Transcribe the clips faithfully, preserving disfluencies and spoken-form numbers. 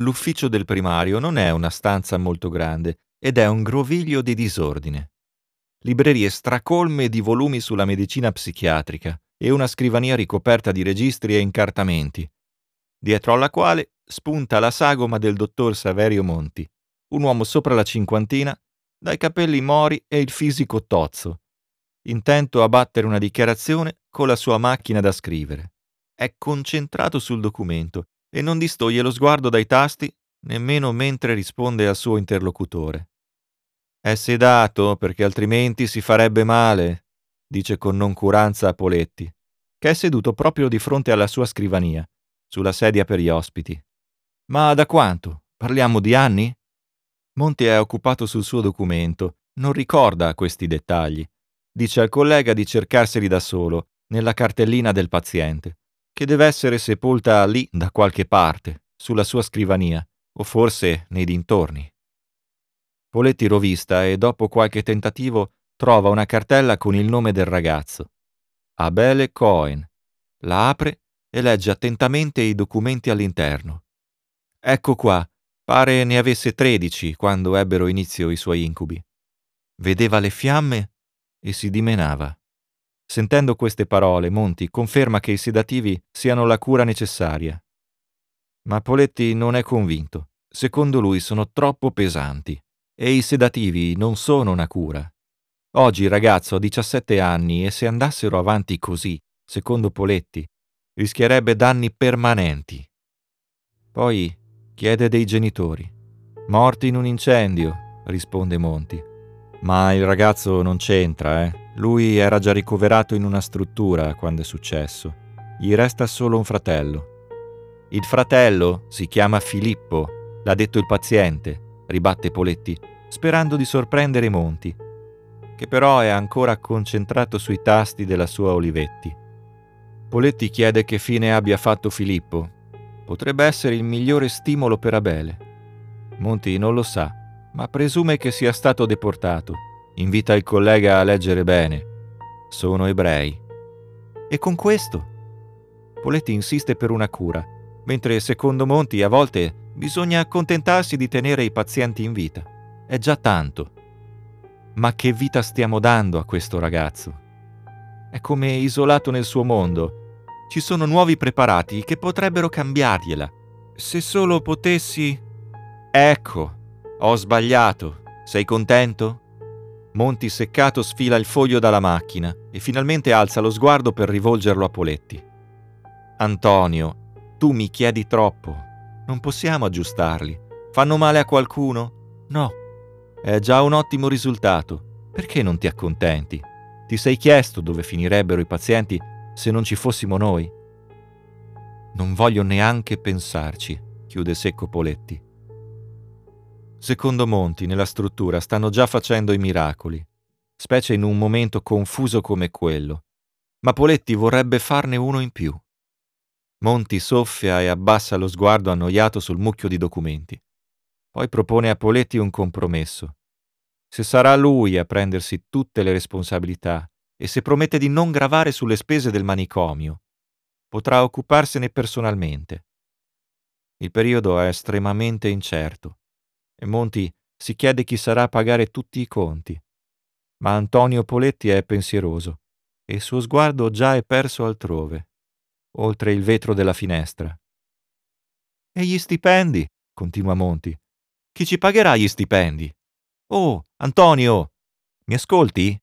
L'ufficio del primario non è una stanza molto grande ed è un groviglio di disordine. Librerie stracolme di volumi sulla medicina psichiatrica e una scrivania ricoperta di registri e incartamenti, dietro alla quale spunta la sagoma del dottor Saverio Monti, un uomo sopra la cinquantina, dai capelli mori e il fisico tozzo, intento a battere una dichiarazione con la sua macchina da scrivere. È concentrato sul documento e non distoglie lo sguardo dai tasti nemmeno mentre risponde al suo interlocutore. È sedato perché altrimenti si farebbe male, dice con noncuranza a Poletti, che è seduto proprio di fronte alla sua scrivania, sulla sedia per gli ospiti. Ma da quanto? Parliamo di anni? Monti è occupato sul suo documento, non ricorda questi dettagli. Dice al collega di cercarseli da solo, nella cartellina del paziente, che deve essere sepolta lì da qualche parte, sulla sua scrivania, o forse nei dintorni. Poletti rovista e dopo qualche tentativo trova una cartella con il nome del ragazzo. Abele Cohen. La apre e legge attentamente i documenti all'interno. Ecco qua, pare ne avesse tredici quando ebbero inizio i suoi incubi. Vedeva le fiamme e si dimenava. Sentendo queste parole, Monti conferma che i sedativi siano la cura necessaria. Ma Poletti non è convinto. Secondo lui sono troppo pesanti. E i sedativi non sono una cura. Oggi il ragazzo ha diciassette anni e se andassero avanti così, secondo Poletti, rischierebbe danni permanenti. Poi chiede dei genitori. Morti in un incendio, risponde Monti. Ma il ragazzo non c'entra, eh. Lui era già ricoverato in una struttura quando è successo. Gli resta solo un fratello. Il fratello si chiama Filippo, l'ha detto il paziente, ribatte Poletti, sperando di sorprendere Monti, che però è ancora concentrato sui tasti della sua Olivetti. Poletti chiede che fine abbia fatto Filippo. Potrebbe essere il migliore stimolo per Abele. Monti non lo sa, ma presume che sia stato deportato. Invita il collega a leggere bene. Sono ebrei. E con questo? Poletti insiste per una cura, mentre secondo Monti a volte bisogna accontentarsi di tenere i pazienti in vita. È già tanto. Ma che vita stiamo dando a questo ragazzo? È come isolato nel suo mondo. Ci sono nuovi preparati che potrebbero cambiargliela. Se solo potessi... Ecco, ho sbagliato. Sei contento? Monti seccato sfila il foglio dalla macchina e finalmente alza lo sguardo per rivolgerlo a Poletti. Antonio, tu mi chiedi troppo. Non possiamo aggiustarli. Fanno male a qualcuno? No. È già un ottimo risultato. Perché non ti accontenti? Ti sei chiesto dove finirebbero i pazienti se non ci fossimo noi? Non voglio neanche pensarci, chiude secco Poletti. Secondo Monti, nella struttura stanno già facendo i miracoli, specie in un momento confuso come quello. Ma Poletti vorrebbe farne uno in più. Monti soffia e abbassa lo sguardo annoiato sul mucchio di documenti. Poi propone a Poletti un compromesso. Se sarà lui a prendersi tutte le responsabilità e se promette di non gravare sulle spese del manicomio, potrà occuparsene personalmente. Il periodo è estremamente incerto e Monti si chiede chi sarà a pagare tutti i conti. Ma Antonio Poletti è pensieroso e il suo sguardo già è perso altrove, oltre il vetro della finestra. E gli stipendi? Continua Monti. Chi ci pagherà gli stipendi? Oh, Antonio, mi ascolti?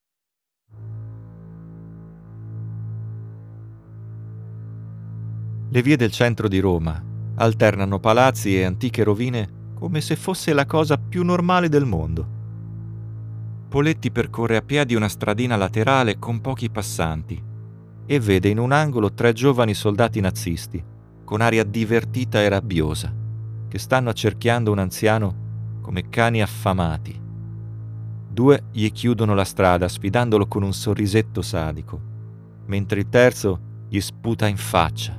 Le vie del centro di Roma alternano palazzi e antiche rovine come se fosse la cosa più normale del mondo. Poletti percorre a piedi una stradina laterale con pochi passanti e vede in un angolo tre giovani soldati nazisti, con aria divertita e rabbiosa, che stanno accerchiando un anziano come cani affamati. Due gli chiudono la strada sfidandolo con un sorrisetto sadico, mentre il terzo gli sputa in faccia.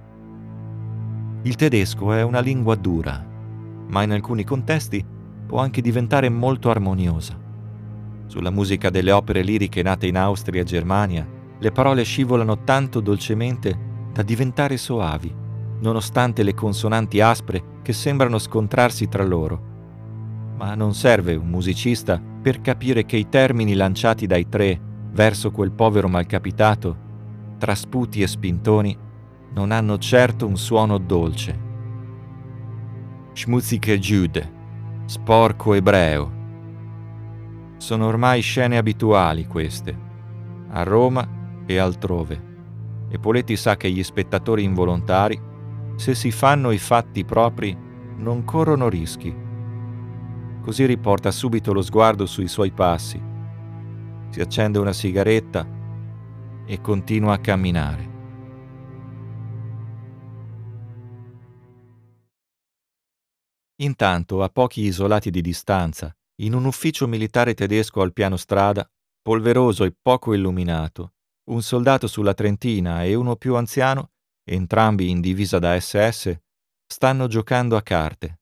Il tedesco è una lingua dura, ma in alcuni contesti può anche diventare molto armoniosa. Sulla musica delle opere liriche nate in Austria e Germania, le parole scivolano tanto dolcemente da diventare soavi, nonostante le consonanti aspre che sembrano scontrarsi tra loro. Ma non serve un musicista per capire che i termini lanciati dai tre verso quel povero malcapitato, tra sputi e spintoni, non hanno certo un suono dolce. Schmutzige Jude, sporco ebreo. Sono ormai scene abituali queste, a Roma e altrove, e Poletti sa che gli spettatori involontari, se si fanno i fatti propri, non corrono rischi. Così riporta subito lo sguardo sui suoi passi, si accende una sigaretta e continua a camminare. Intanto, a pochi isolati di distanza, in un ufficio militare tedesco al piano strada, polveroso e poco illuminato, un soldato sulla trentina e uno più anziano, entrambi in divisa da S S, stanno giocando a carte.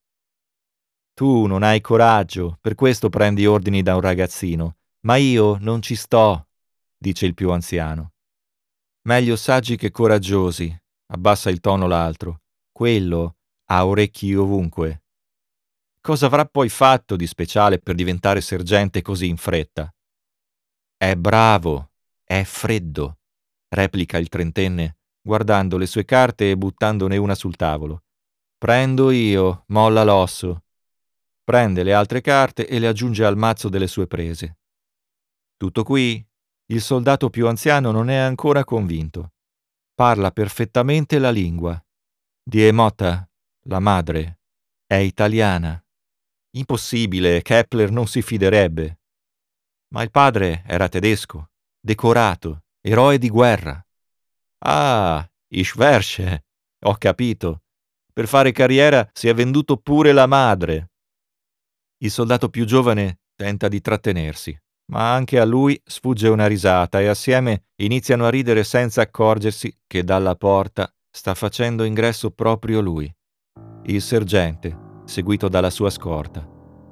Tu non hai coraggio, per questo prendi ordini da un ragazzino, ma io non ci sto, dice il più anziano. Meglio saggi che coraggiosi, abbassa il tono l'altro. Quello ha orecchi ovunque. Cosa avrà poi fatto di speciale per diventare sergente così in fretta? È bravo, è freddo, replica il trentenne, guardando le sue carte e buttandone una sul tavolo. Prendo io, molla l'osso. Prende le altre carte e le aggiunge al mazzo delle sue prese. Tutto qui? Il soldato più anziano non è ancora convinto. Parla perfettamente la lingua. Die Motta, la madre, è italiana. Impossibile, Kepler non si fiderebbe. Ma il padre era tedesco, decorato, eroe di guerra. Ah, ich verstehe, ho capito. Per fare carriera si è venduto pure la madre. Il soldato più giovane tenta di trattenersi, ma anche a lui sfugge una risata e assieme iniziano a ridere senza accorgersi che dalla porta sta facendo ingresso proprio lui, il sergente, seguito dalla sua scorta.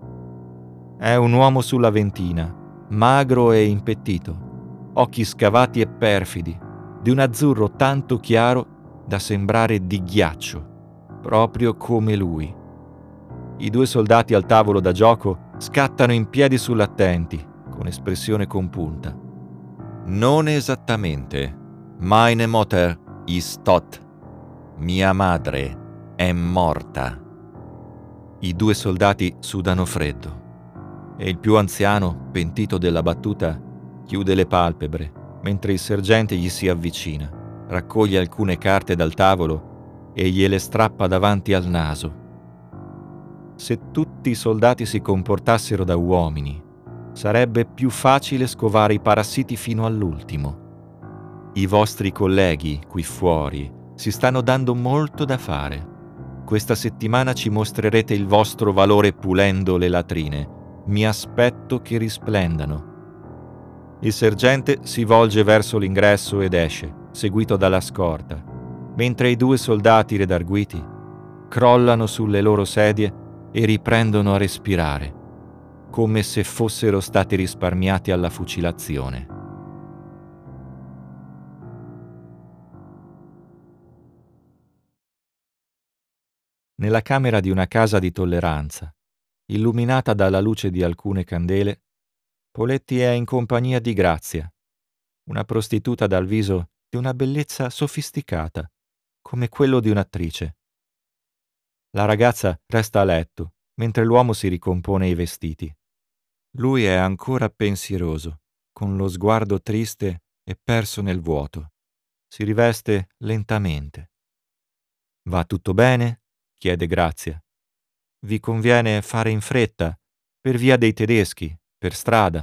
È un uomo sulla ventina, magro e impettito, occhi scavati e perfidi, di un azzurro tanto chiaro da sembrare di ghiaccio, proprio come lui. I due soldati al tavolo da gioco scattano in piedi sull'attenti, con espressione compunta. Non esattamente. Meine Mutter ist tot. Mia madre è morta. I due soldati sudano freddo e il più anziano, pentito della battuta, chiude le palpebre mentre il sergente gli si avvicina, raccoglie alcune carte dal tavolo e gliele strappa davanti al naso. Se tutti i soldati si comportassero da uomini, sarebbe più facile scovare i parassiti fino all'ultimo. I vostri colleghi qui fuori si stanno dando molto da fare. Questa settimana ci mostrerete il vostro valore pulendo le latrine. Mi aspetto che risplendano. Il sergente si volge verso l'ingresso ed esce, seguito dalla scorta, mentre i due soldati redarguiti crollano sulle loro sedie e riprendono a respirare, come se fossero stati risparmiati alla fucilazione. Nella camera di una casa di tolleranza, illuminata dalla luce di alcune candele, Poletti è in compagnia di Grazia, una prostituta dal viso di una bellezza sofisticata, come quello di un'attrice. La ragazza resta a letto, mentre l'uomo si ricompone i vestiti. Lui è ancora pensieroso, con lo sguardo triste e perso nel vuoto. Si riveste lentamente. Va tutto bene? Chiede Grazia. Vi conviene fare in fretta, per via dei tedeschi, per strada.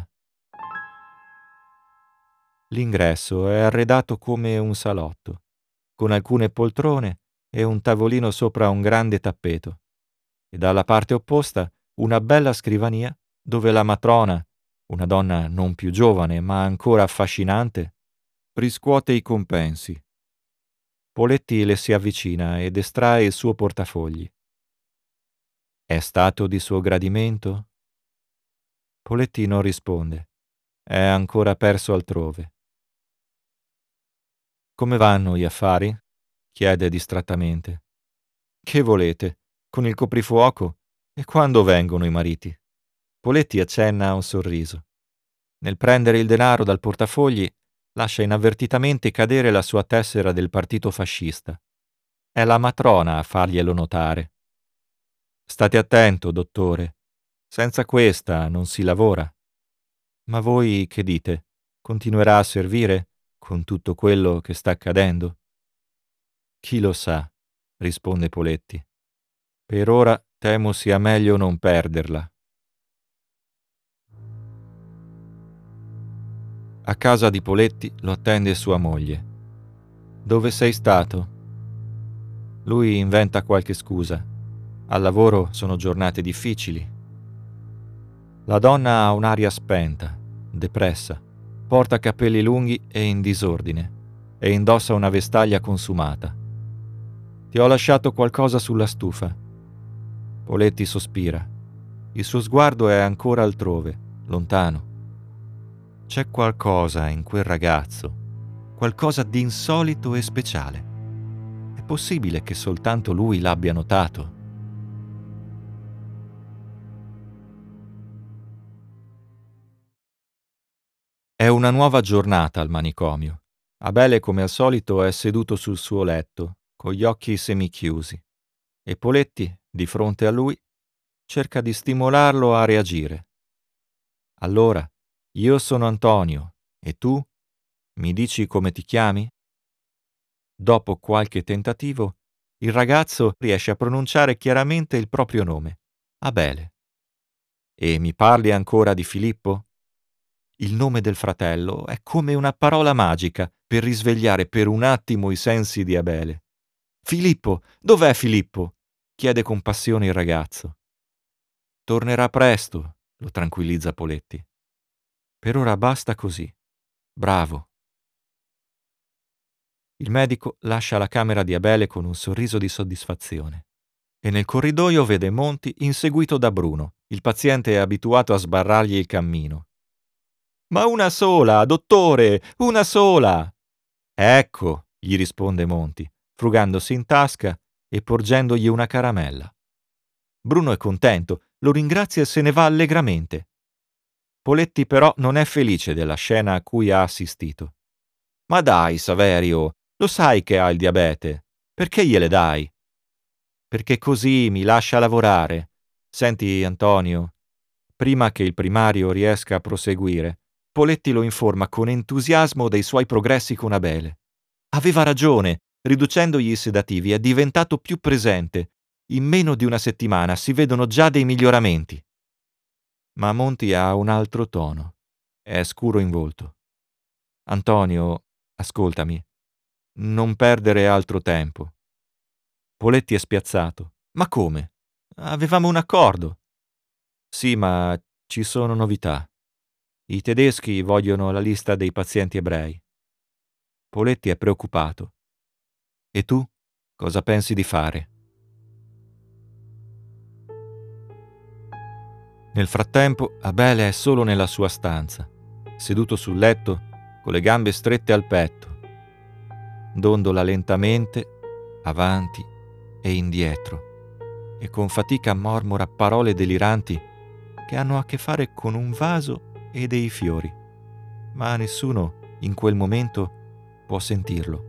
L'ingresso è arredato come un salotto, con alcune poltrone e un tavolino sopra un grande tappeto, e dalla parte opposta una bella scrivania dove la matrona, una donna non più giovane ma ancora affascinante, riscuote i compensi. Poletti le si avvicina ed estrae il suo portafogli. È stato di suo gradimento? Poletti non risponde. È ancora perso altrove. Come vanno gli affari? Chiede distrattamente. Che volete? Con il coprifuoco? E quando vengono i mariti? Poletti accenna a un sorriso. Nel prendere il denaro dal portafogli, lascia inavvertitamente cadere la sua tessera del partito fascista. È la matrona a farglielo notare. State attento, dottore. Senza questa non si lavora. Ma voi che dite? Continuerà a servire con tutto quello che sta accadendo? Chi lo sa, risponde Poletti. Per ora temo sia meglio non perderla. A casa di Poletti lo attende sua moglie. Dove sei stato? Lui inventa qualche scusa. Al lavoro sono giornate difficili. La donna ha un'aria spenta, depressa, porta capelli lunghi e in disordine e indossa una vestaglia consumata. Ti ho lasciato qualcosa sulla stufa. Poletti sospira. Il suo sguardo è ancora altrove, lontano. C'è qualcosa in quel ragazzo, qualcosa di insolito e speciale. È possibile che soltanto lui l'abbia notato. È una nuova giornata al manicomio. Abele, come al solito, è seduto sul suo letto, con gli occhi semichiusi, e Poletti, di fronte a lui, cerca di stimolarlo a reagire. Allora, io sono Antonio, e tu? Mi dici come ti chiami? Dopo qualche tentativo, il ragazzo riesce a pronunciare chiaramente il proprio nome, Abele. E mi parli ancora di Filippo? Il nome del fratello è come una parola magica per risvegliare per un attimo i sensi di Abele. Filippo, dov'è Filippo? Chiede con passione il ragazzo. Tornerà presto, lo tranquillizza Poletti. Per ora basta così. Bravo. Il medico lascia la camera di Abele con un sorriso di soddisfazione e nel corridoio vede Monti inseguito da Bruno. Il paziente è abituato a sbarrargli il cammino. Ma una sola, dottore, una sola! Ecco, gli risponde Monti, frugandosi in tasca e porgendogli una caramella. Bruno è contento, lo ringrazia e se ne va allegramente. Poletti però non è felice della scena a cui ha assistito. Ma dai, Saverio, lo sai che ha il diabete. Perché gliele dai? Perché così mi lascia lavorare. Senti, Antonio, prima che il primario riesca a proseguire, Poletti lo informa con entusiasmo dei suoi progressi con Abele. Aveva ragione, riducendogli i sedativi è diventato più presente. In meno di una settimana si vedono già dei miglioramenti. Ma Monti ha un altro tono. È scuro in volto. Antonio, ascoltami. Non perdere altro tempo. Poletti è spiazzato. Ma come? Avevamo un accordo. Sì, ma ci sono novità. I tedeschi vogliono la lista dei pazienti ebrei. Poletti è preoccupato. E tu? Cosa pensi di fare? Nel frattempo, Abele è solo nella sua stanza, seduto sul letto, con le gambe strette al petto. Dondola lentamente, avanti e indietro, e con fatica mormora parole deliranti che hanno a che fare con un vaso e dei fiori, ma nessuno in quel momento può sentirlo.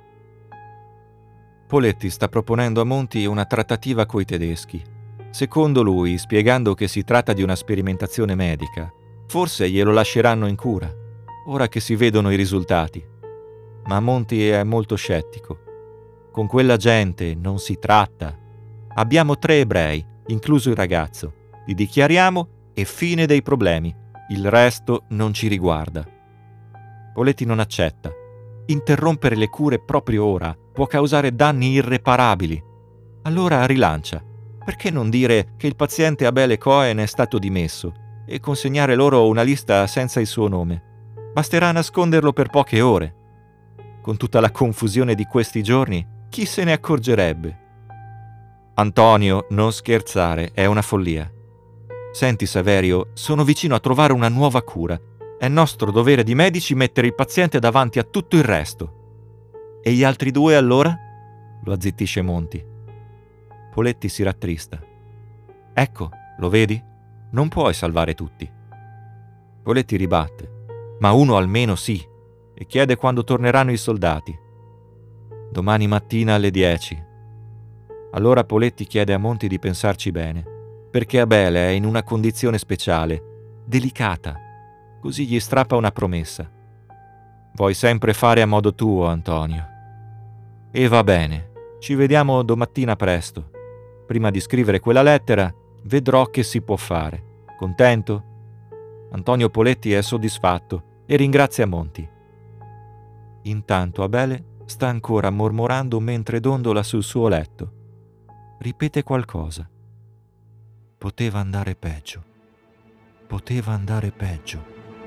Poletti sta proponendo a Monti una trattativa coi tedeschi. Secondo lui, spiegando che si tratta di una sperimentazione medica, forse glielo lasceranno in cura, ora che si vedono i risultati. Ma Monti è molto scettico. Con quella gente non si tratta. Abbiamo tre ebrei, incluso il ragazzo. Li dichiariamo e fine dei problemi. Il resto non ci riguarda. Poletti non accetta. Interrompere le cure proprio ora può causare danni irreparabili. Allora rilancia. Perché non dire che il paziente Abele Cohen è stato dimesso e consegnare loro una lista senza il suo nome? Basterà nasconderlo per poche ore. Con tutta la confusione di questi giorni, chi se ne accorgerebbe? Antonio, non scherzare, è una follia. Senti, Saverio, sono vicino a trovare una nuova cura. È nostro dovere di medici mettere il paziente davanti a tutto il resto. E gli altri due, allora? Lo azzittisce Monti. Poletti si rattrista. Ecco, lo vedi? Non puoi salvare tutti. Poletti ribatte. Ma uno almeno sì, e chiede quando torneranno i soldati. Domani mattina alle dieci. Allora Poletti chiede a Monti di pensarci bene, perché Abele è in una condizione speciale, delicata, così gli strappa una promessa. Vuoi sempre fare a modo tuo, Antonio. E va bene, ci vediamo domattina presto. Prima di scrivere quella lettera, vedrò che si può fare. Contento? Antonio Poletti è soddisfatto e ringrazia Monti. Intanto Abele sta ancora mormorando mentre dondola sul suo letto. Ripete qualcosa. Poteva andare peggio. Poteva andare peggio.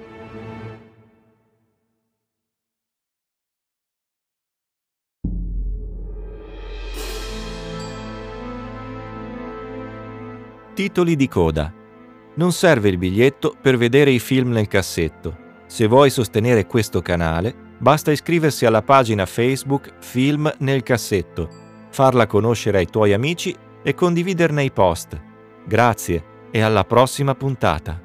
Titoli di coda. Non serve il biglietto per vedere i film nel cassetto. Se vuoi sostenere questo canale, basta iscriversi alla pagina Facebook Film nel cassetto, farla conoscere ai tuoi amici e condividerne i post. Grazie e alla prossima puntata.